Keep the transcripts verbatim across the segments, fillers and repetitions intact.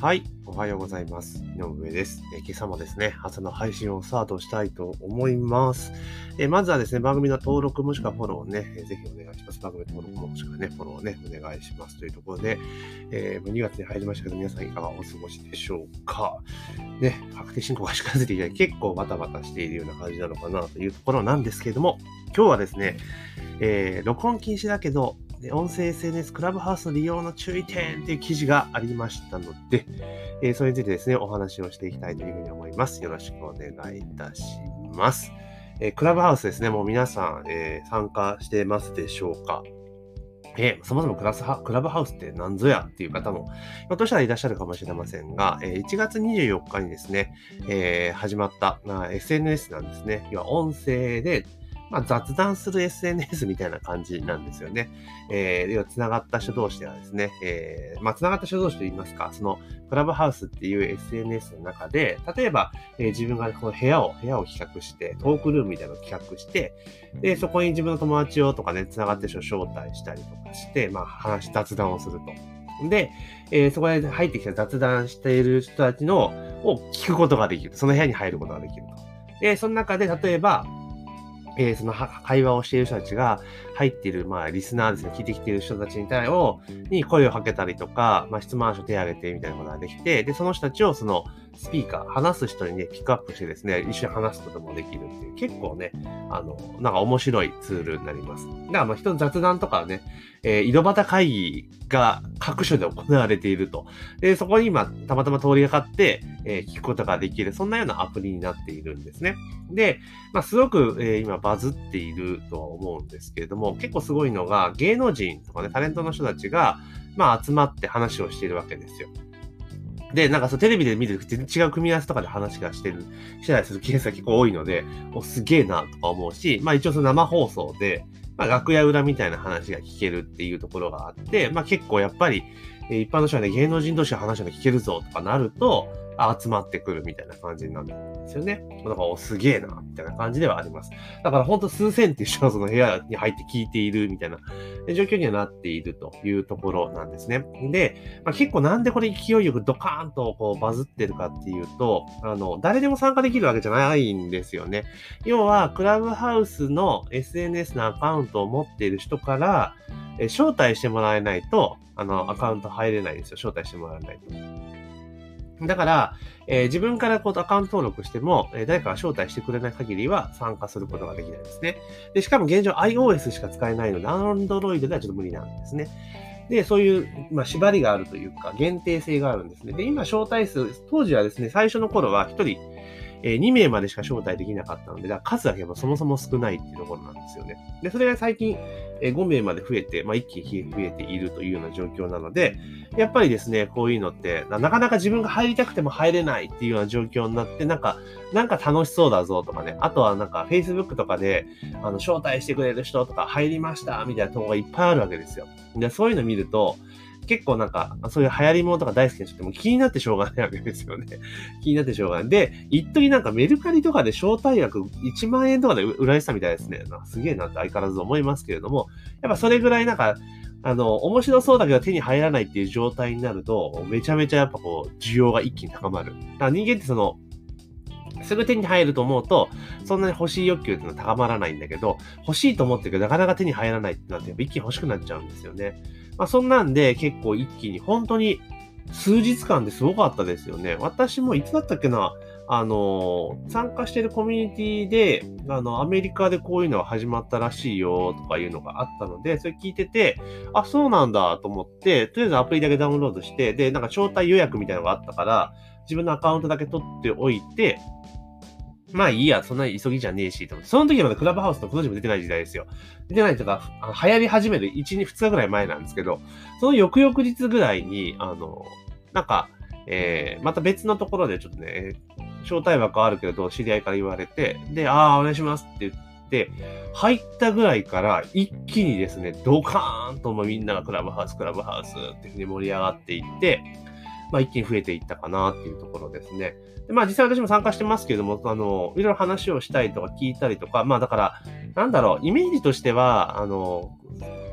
はい、おはようございます。井上です。えー今朝もですね、朝の配信をスタートしたいと思います。えーまずはですね、番組の登録もしくはフォローをね、えーぜひお願いします。番組登録もしくはね、フォローをね、お願いしますというところで、えーもうにがつに入りましたけど、皆さんいかがお過ごしでしょうか。ね、確定申告が近づいてきて結構バタバタしているような感じなのかなというところなんですけれども、今日はですね、えー録音禁止だけど、で音声 エスエヌエス クラブハウスの利用の注意点という記事がありましたので、えーそれについてですね、お話をしていきたいというふうに思います。よろしくお願いいたします。えークラブハウスですね、もう皆さん、えー参加してますでしょうか。えーそもそもクラスハクラブハウスって何ぞやっていう方も、ひょっとしたらいらっしゃるかもしれませんが、えーいちがつにじゅうよっかにですね、えー始まった、まあ エスエヌエス なんですね。要は音声で、まあ、雑談する エスエヌエス みたいな感じなんですよね。えー、要は繋がった人同士ではですね、えー、まあ、繋がった人同士といいますか、そのクラブハウスっていう エスエヌエス の中で、例えば、えー自分がこの部屋を、部屋を企画して、トークルームみたいなのを企画して、で、そこに自分の友達をとかね、繋がってる人を招待したりとかして、まあ、話、雑談をすると。で、えーそこで入ってきた雑談している人たちの、を聞くことができる。その部屋に入ることができると。で、その中で、例えば、えーそのは会話をしている人たちが入っている、まあ、リスナーですね、聞いてきている人たちに対を、に声をかけたりとか、まあ、質問書手を挙げてみたいなことができて、で、その人たちをそのスピーカー、話す人にね、ピックアップしてですね、一緒に話すこともできるっていう、結構ね、あの、なんか面白いツールになります。だからまあ、人の雑談とかね、えー井戸端会議が各所で行われていると。で、そこに今、たまたま通りがかって、えー聞くことができる、そんなようなアプリになっているんですね。で、まあ、すごく、えー今バズっているとは思うんですけれども、結構すごいのが、芸能人とかね、タレントの人たちが、まあ、集まって話をしているわけですよ。で、なんかそうテレビで見る全然違う組み合わせとかで話がしてる、してたりするケースが結構多いので、お、すげえなとか思うし、まあ一応その生放送で、まあ楽屋裏みたいな話が聞けるっていうところがあって、まあ結構やっぱり、えー一般の人はね、芸能人同士が話が聞けるぞとかなると、あ集まってくるみたいな感じになるんですよね。だから、お、すげえな、みたいな感じではあります。だからほんと数千っていう人がその部屋に入って聞いているみたいな状況にはなっているというところなんですね。で、まあ、結構なんでこれ勢いよくドカーンとこうバズってるかっていうと、あの、誰でも参加できるわけじゃないんですよね。要は、クラブハウスの エスエヌエス のアカウントを持っている人から、え招待してもらえないと、あの、アカウント入れないんですよ。招待してもらえないと。だから、えー自分からこうアカウント登録しても、えー誰かが招待してくれない限りは参加することができないですね。で、しかも現状 iOS しか使えないので、Android ではちょっと無理なんですね。で、そういう、まあ、縛りがあるというか、限定性があるんですね。で、今、招待数、当時はですね、最初の頃はひとり、えーにめいまでしか招待できなかったので、だから数だけもそもそも少ないっていうところなんですよね。で、それが最近、えーごめいまで増えて、まあ、一気に増えているというような状況なので、やっぱりですね、こういうのって、なかなか自分が入りたくても入れないっていうような状況になって、なんか、なんか楽しそうだぞとかね、あとはなんか Facebook とかで、あの、招待してくれる人とか入りましたみたいなところがいっぱいあるわけですよ。で、そういうの見ると、結構なんか、そういう流行り物とか大好きな人っても気になってしょうがないわけですよね。気になってしょうがない。で、一時なんかメルカリとかで招待額いちまんえんとかで売られてたみたいですね。なんかすげえなって相変わらず思いますけれども、やっぱそれぐらいなんか、あの、面白そうだけど手に入らないっていう状態になると、めちゃめちゃやっぱこう、需要が一気に高まる。だから人間ってその、すぐ手に入ると思うと、そんなに欲しい欲求っていうのは高まらないんだけど、欲しいと思ってるけど、なかなか手に入らないってなって、一気に欲しくなっちゃうんですよね。まあ、そんなんで結構一気に、本当に数日間ですごかったですよね。私もいつだったっけな、あの、参加しているコミュニティで、あの、アメリカでこういうのが始まったらしいよとかいうのがあったので、それ聞いてて、あ、そうなんだと思って、とりあえずアプリだけダウンロードして、で、なんか招待予約みたいなのがあったから、自分のアカウントだけ取っておいて、まあいいや、そんなに急ぎじゃねえし、と思って。その時はまだクラブハウスのこの字も出てない時代ですよ。出てないというか、あの流行り始めるいち、に、ふつかぐらい前なんですけど、その翌々日ぐらいに、あの、なんか、えー、また別のところでちょっとね、招待枠あるけど、知り合いから言われて、で、ああ、お願いしますって言って、入ったぐらいから一気にですね、ドカーンともうみんながクラブハウス、クラブハウスっていうふうに盛り上がっていって、まあ一気に増えていったかなっていうところですね。でまあ実際私も参加してますけれども、あの、いろいろ話をしたりとか聞いたりとか、まあだから、なんだろう、イメージとしては、あの、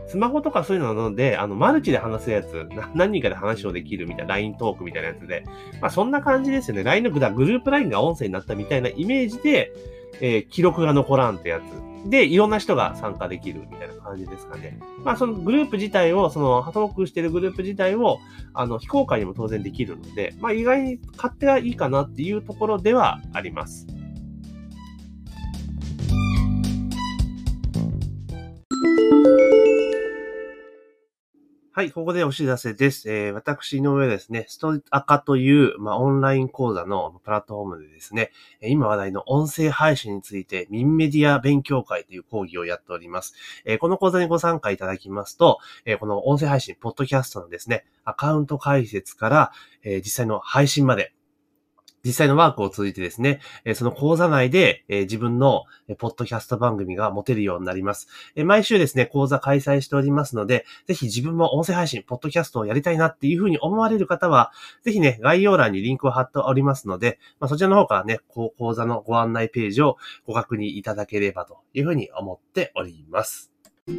スマホとかそういうのなので、あの、マルチで話すやつ、何人かで話をできるみたいな、ライン トークみたいなやつで、まあそんな感じですよね。ライン のグループ ライン が音声になったみたいなイメージで、えー、記録が残らんってやつ。で、いろんな人が参加できるみたいな感じですかね。まあそのグループ自体を、その、トークしてるグループ自体を、あの、非公開にも当然できるので、まあ意外に勝手がいいかなっていうところではあります。はい、ここでお知らせです。えー、私、井上ですね、ストアカという、まあ、オンライン講座のプラットフォームでですね、今話題の音声配信について、民メディア勉強会という講義をやっております。えー、この講座にご参加いただきますと、えー、この音声配信、ポッドキャストのですね、アカウント開設から、えー、実際の配信まで、実際のワークを通じてですね、その講座内で自分のポッドキャスト番組が持てるようになります。毎週ですね、講座開催しておりますので、ぜひ自分も音声配信、ポッドキャストをやりたいなっていうふうに思われる方は、ぜひね、概要欄にリンクを貼っておりますので、まあ、そちらの方からね、講座のご案内ページをご確認いただければというふうに思っております。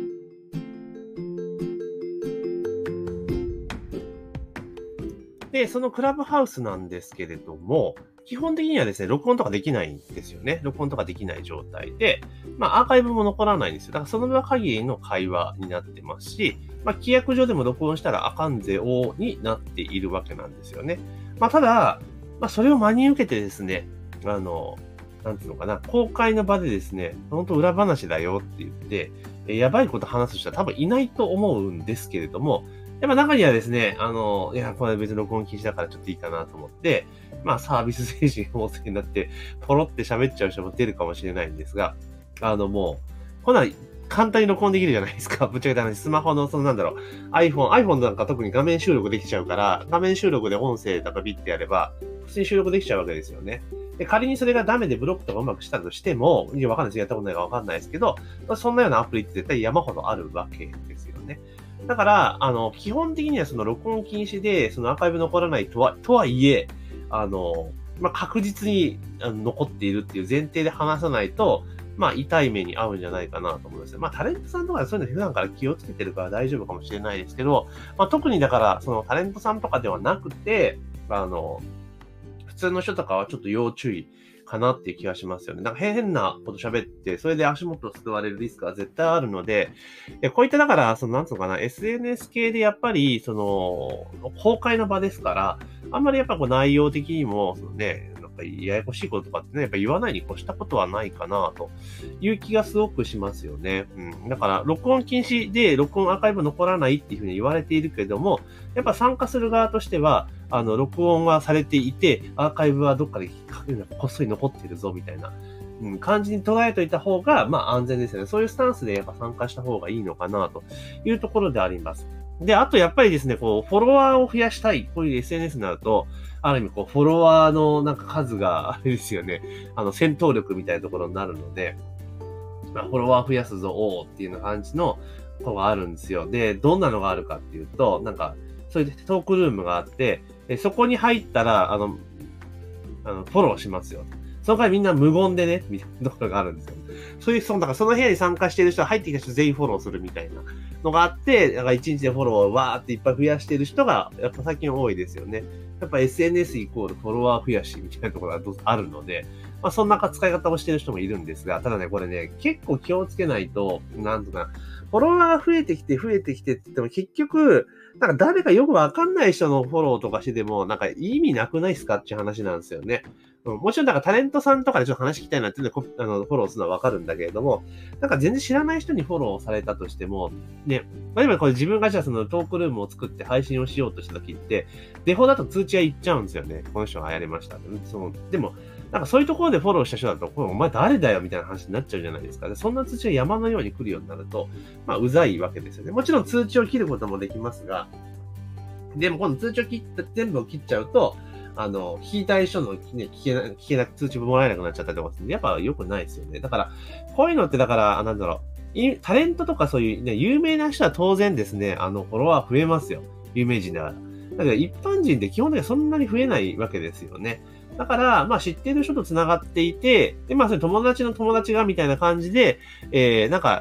で、そのクラブハウスなんですけれども、基本的にはですね、録音とかできないんですよね。録音とかできない状態で、まあアーカイブも残らないんですよ。だからその場限りの会話になってますし、まあ規約上でも録音したらあかんぜおになっているわけなんですよね。まあただ、まあそれを真に受けてですね、あの、なんていうのかな、公開の場でですね、本当裏話だよって言って、やばいこと話す人は多分いないと思うんですけれども、やっぱ中にはですね、あの、いや、これ別に録音禁止だからちょっといいかなと思って、まあサービス精神旺盛になって、ポロって喋っちゃう人も出るかもしれないんですが、あのもう、こんな簡単に録音できるじゃないですか。ぶっちゃけた話、スマホの、そのなんだろう、iPhone、iPhone なんか特に画面収録できちゃうから、画面収録で音声とかビッてやれば、普通に収録できちゃうわけですよね。で、仮にそれがダメでブロックとかうまくしたとしても、いや、わかんないです。やったことないからわかんないですけど、そんなようなアプリって絶対山ほどあるわけですよね。だから、あの、基本的にはその録音禁止で、そのアーカイブ残らないとは、とはいえ、あの、まあ、確実に残っているっていう前提で話さないと、まあ、痛い目に遭うんじゃないかなと思うんですよ。まあ、タレントさんとかそういうの普段から気をつけてるから大丈夫かもしれないですけど、まあ、特にだから、そのタレントさんとかではなくて、あの、普通の人とかはちょっと要注意かなっていう気がしますよね。なんか変なこと喋って、それで足元を救われるリスクは絶対あるので、こういっただから、そのなんつうのかな、エスエヌエス 系でやっぱり、その、公開の場ですから、あんまりやっぱこう内容的にも、そのね、なんかややこしいこととかってね、やっぱ言わないに越したことはないかな、という気がすごくしますよね。うん。だから、録音禁止で、録音アーカイブ残らないっていうふうに言われているけれども、やっぱ参加する側としては、あの、録音はされていて、アーカイブはどっかでこっそり残ってるぞ、みたいな、うん、感じに捉えといた方が、まあ安全ですよね。そういうスタンスでやっぱ参加した方がいいのかな、というところであります。で、あとやっぱりですね、こう、フォロワーを増やしたい、こういう エスエヌエス になると、ある意味こう、フォロワーのなんか数が、あれですよね、あの、戦闘力みたいなところになるので、まあ、フォロワー増やすぞ、おーっていうような感じのことがあるんですよ。で、どんなのがあるかっていうと、なんか、そういうトークルームがあって、そこに入ったら、あの、あの、フォローしますよ。その代わりみんな無言でね、みたいなところがあるんですよ。そういう、その、だからその部屋に参加している人は入ってきた人全員フォローするみたいなのがあって、だから一日でフォローをわーっていっぱい増やしている人が、やっぱ最近多いですよね。やっぱ エスエヌエス イコールフォロワー増やしみたいなところがあるので、まあそんな使い方をしている人もいるんですが、ただね、これね、結構気をつけないと、なんとか、フォロワーが増えてきて増えてきてって言っても結局、なんか誰かよくわかんない人のフォローとかしてても、なんか意味なくないっすかっていう話なんですよね。うん、もちろんなんかタレントさんとかでちょっと話聞きたいなっていうので、あの、フォローするのはわかるんだけれども、なんか全然知らない人にフォローされたとしても、ね、例えばこれ自分がじゃあそのトークルームを作って配信をしようとした時って、デフォだと通知がいっちゃうんですよね。この人がやりました。その、でも、なんかそういうところでフォローした人だと、これお前誰だよみたいな話になっちゃうじゃないですか。でそんな通知が山のように来るようになると、まあ、うざいわけですよね。もちろん通知を切ることもできますが、でも今度通知を切った、全部を切っちゃうと、あの、聞きたい人の、ね、聞けな、聞けなく、通知もらえなくなっちゃったりとかするんで、やっぱ良くないですよね。だから、こういうのってだから、なんだろう、タレントとかそういうね、有名な人は当然ですね、あの、フォロワー増えますよ。有名人だから。だから一般人って基本的にはそんなに増えないわけですよね。だから、まあ知ってる人と繋がっていて、で、まあそれ友達の友達がみたいな感じで、えー、なんか、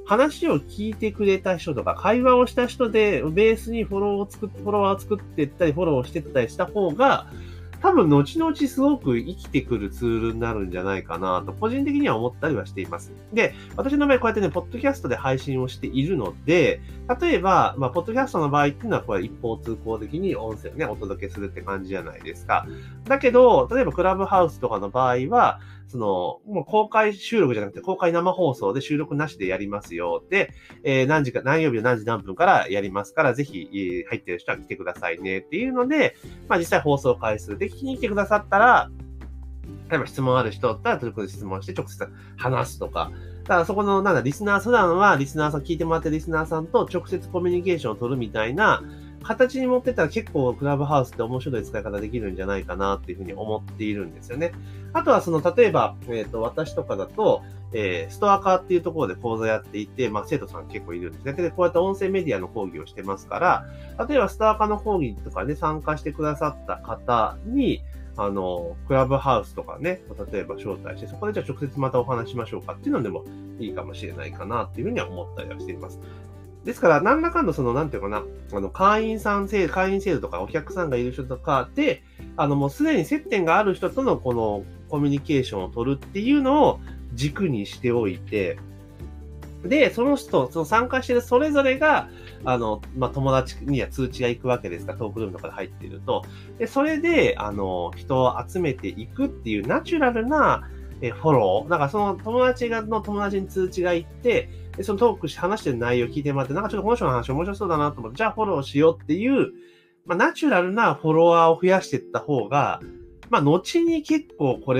話を聞いてくれた人とか、会話をした人で、ベースにフォローを作って、フォロワーを作っていったり、フォローをしていったりした方が、多分、後々すごく生きてくるツールになるんじゃないかなと、個人的には思ったりはしています。で、私の場合、こうやってね、ポッドキャストで配信をしているので、例えば、まあ、ポッドキャストの場合っていうのは、これ一方通行的に音声をね、お届けするって感じじゃないですか。だけど、例えば、クラブハウスとかの場合は、その、もう公開収録じゃなくて公開生放送で収録なしでやりますよ。で、えー、何時か、何曜日の何時何分からやりますから、ぜひ、えー、入ってる人は来てくださいねっていうので、まあ実際放送回数で聞きに来てくださったら、例えば質問ある人だったら、トルコで質問して直接話すとか、だからそこの、なんだ、リスナー、普段はリスナーさん、聞いてもらってるリスナーさんと直接コミュニケーションを取るみたいな、形に持ってったら結構クラブハウスって面白い使い方できるんじゃないかなっていうふうに思っているんですよね。あとはその、例えば、えっと、私とかだと、えー、ストアカーっていうところで講座やっていて、まあ、生徒さん結構いるんですね。で、こうやって音声メディアの講義をしてますから、例えばストアカーの講義とかで参加してくださった方に、あの、クラブハウスとかね、例えば招待して、そこでじゃあ直接またお話しましょうかっていうのでもいいかもしれないかなっていうふうには思ったりはしています。ですから、何らかのその、なんていうかな、あの、会員さん制、会員制度とかお客さんがいる人とかで、あの、もうすでに接点がある人とのこのコミュニケーションを取るっていうのを軸にしておいて、で、その人、その参加しているそれぞれが、あの、まあ、友達には通知が行くわけですから、トークルームとかで入っていると。で、それで、あの、人を集めていくっていうナチュラルなえフォロー。だからその友達がの友達に通知が行って、でそのトークし話してる内容を聞いてもらって、なんかちょっとこの人の話面白そうだなと思って、じゃあフォローしようっていう、まあ、ナチュラルなフォロワーを増やしていった方が、まあ、後に結構これって、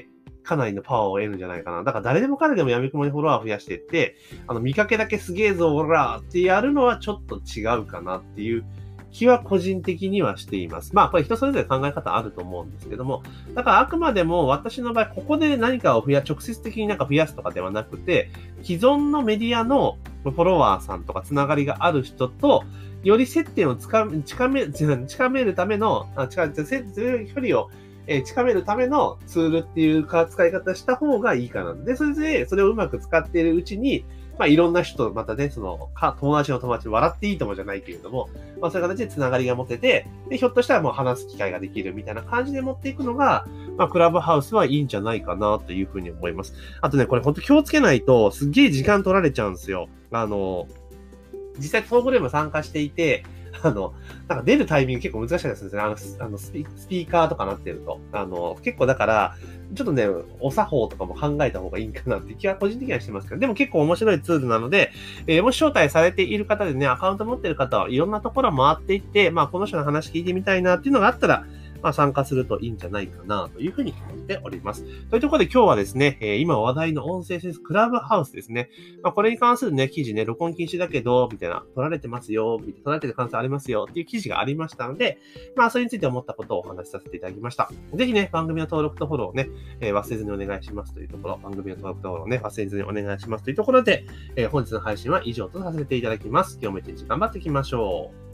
かなりのパワーを得るんじゃないかな。だから誰でも彼でも闇雲にフォロワーを増やしていって、あの、見かけだけすげえぞ、オラーってやるのはちょっと違うかなっていう気は個人的にはしています。まあ、これ人それぞれ考え方あると思うんですけども、だからあくまでも私の場合、ここで何かを増や、直接的になんか増やすとかではなくて、既存のメディアのフォロワーさんとかつながりがある人と、より接点をつか近め、近めるための、あ、近め、距離をえー、近めるためのツールっていうか使い方した方がいいかな。で、それで、それをうまく使っているうちに、まあ、いろんな人とまたね、その、か、友達の友達、笑っていいともじゃないけれども、まあ、そういう形でつながりが持てて、で、ひょっとしたらもう話す機会ができるみたいな感じで持っていくのが、まあ、クラブハウスはいいんじゃないかなというふうに思います。あとね、これ本当気をつけないと、すっげえ時間取られちゃうんですよ。あの、実際プログラム参加していて、あの、なんか出るタイミング結構難しかったですね。あの、あのスピスピーカーとかなってると。あの、結構だから、ちょっとね、お作法とかも考えた方がいいかなって気は個人的にはしてますけど、でも結構面白いツールなので、えー、もし招待されている方でね、アカウント持ってる方はいろんなところ回っていって、まあ、この人の話聞いてみたいなっていうのがあったら、まあ、参加するといいんじゃないかなというふうに思っております。というところで今日はですね、えー、今話題の音声センスクラブハウスですね。まあ、これに関するね、記事ね、録音禁止だけど、みたいな、取られてますよ、取られてる可能性ありますよっていう記事がありましたので、まあ、それについて思ったことをお話しさせていただきました。ぜひね、番組の登録とフォローをね、えー、忘れずにお願いしますというところ、番組の登録とフォローをね、忘れずにお願いしますというところで、えー、本日の配信は以上とさせていただきます。今日も一日頑張っていきましょう。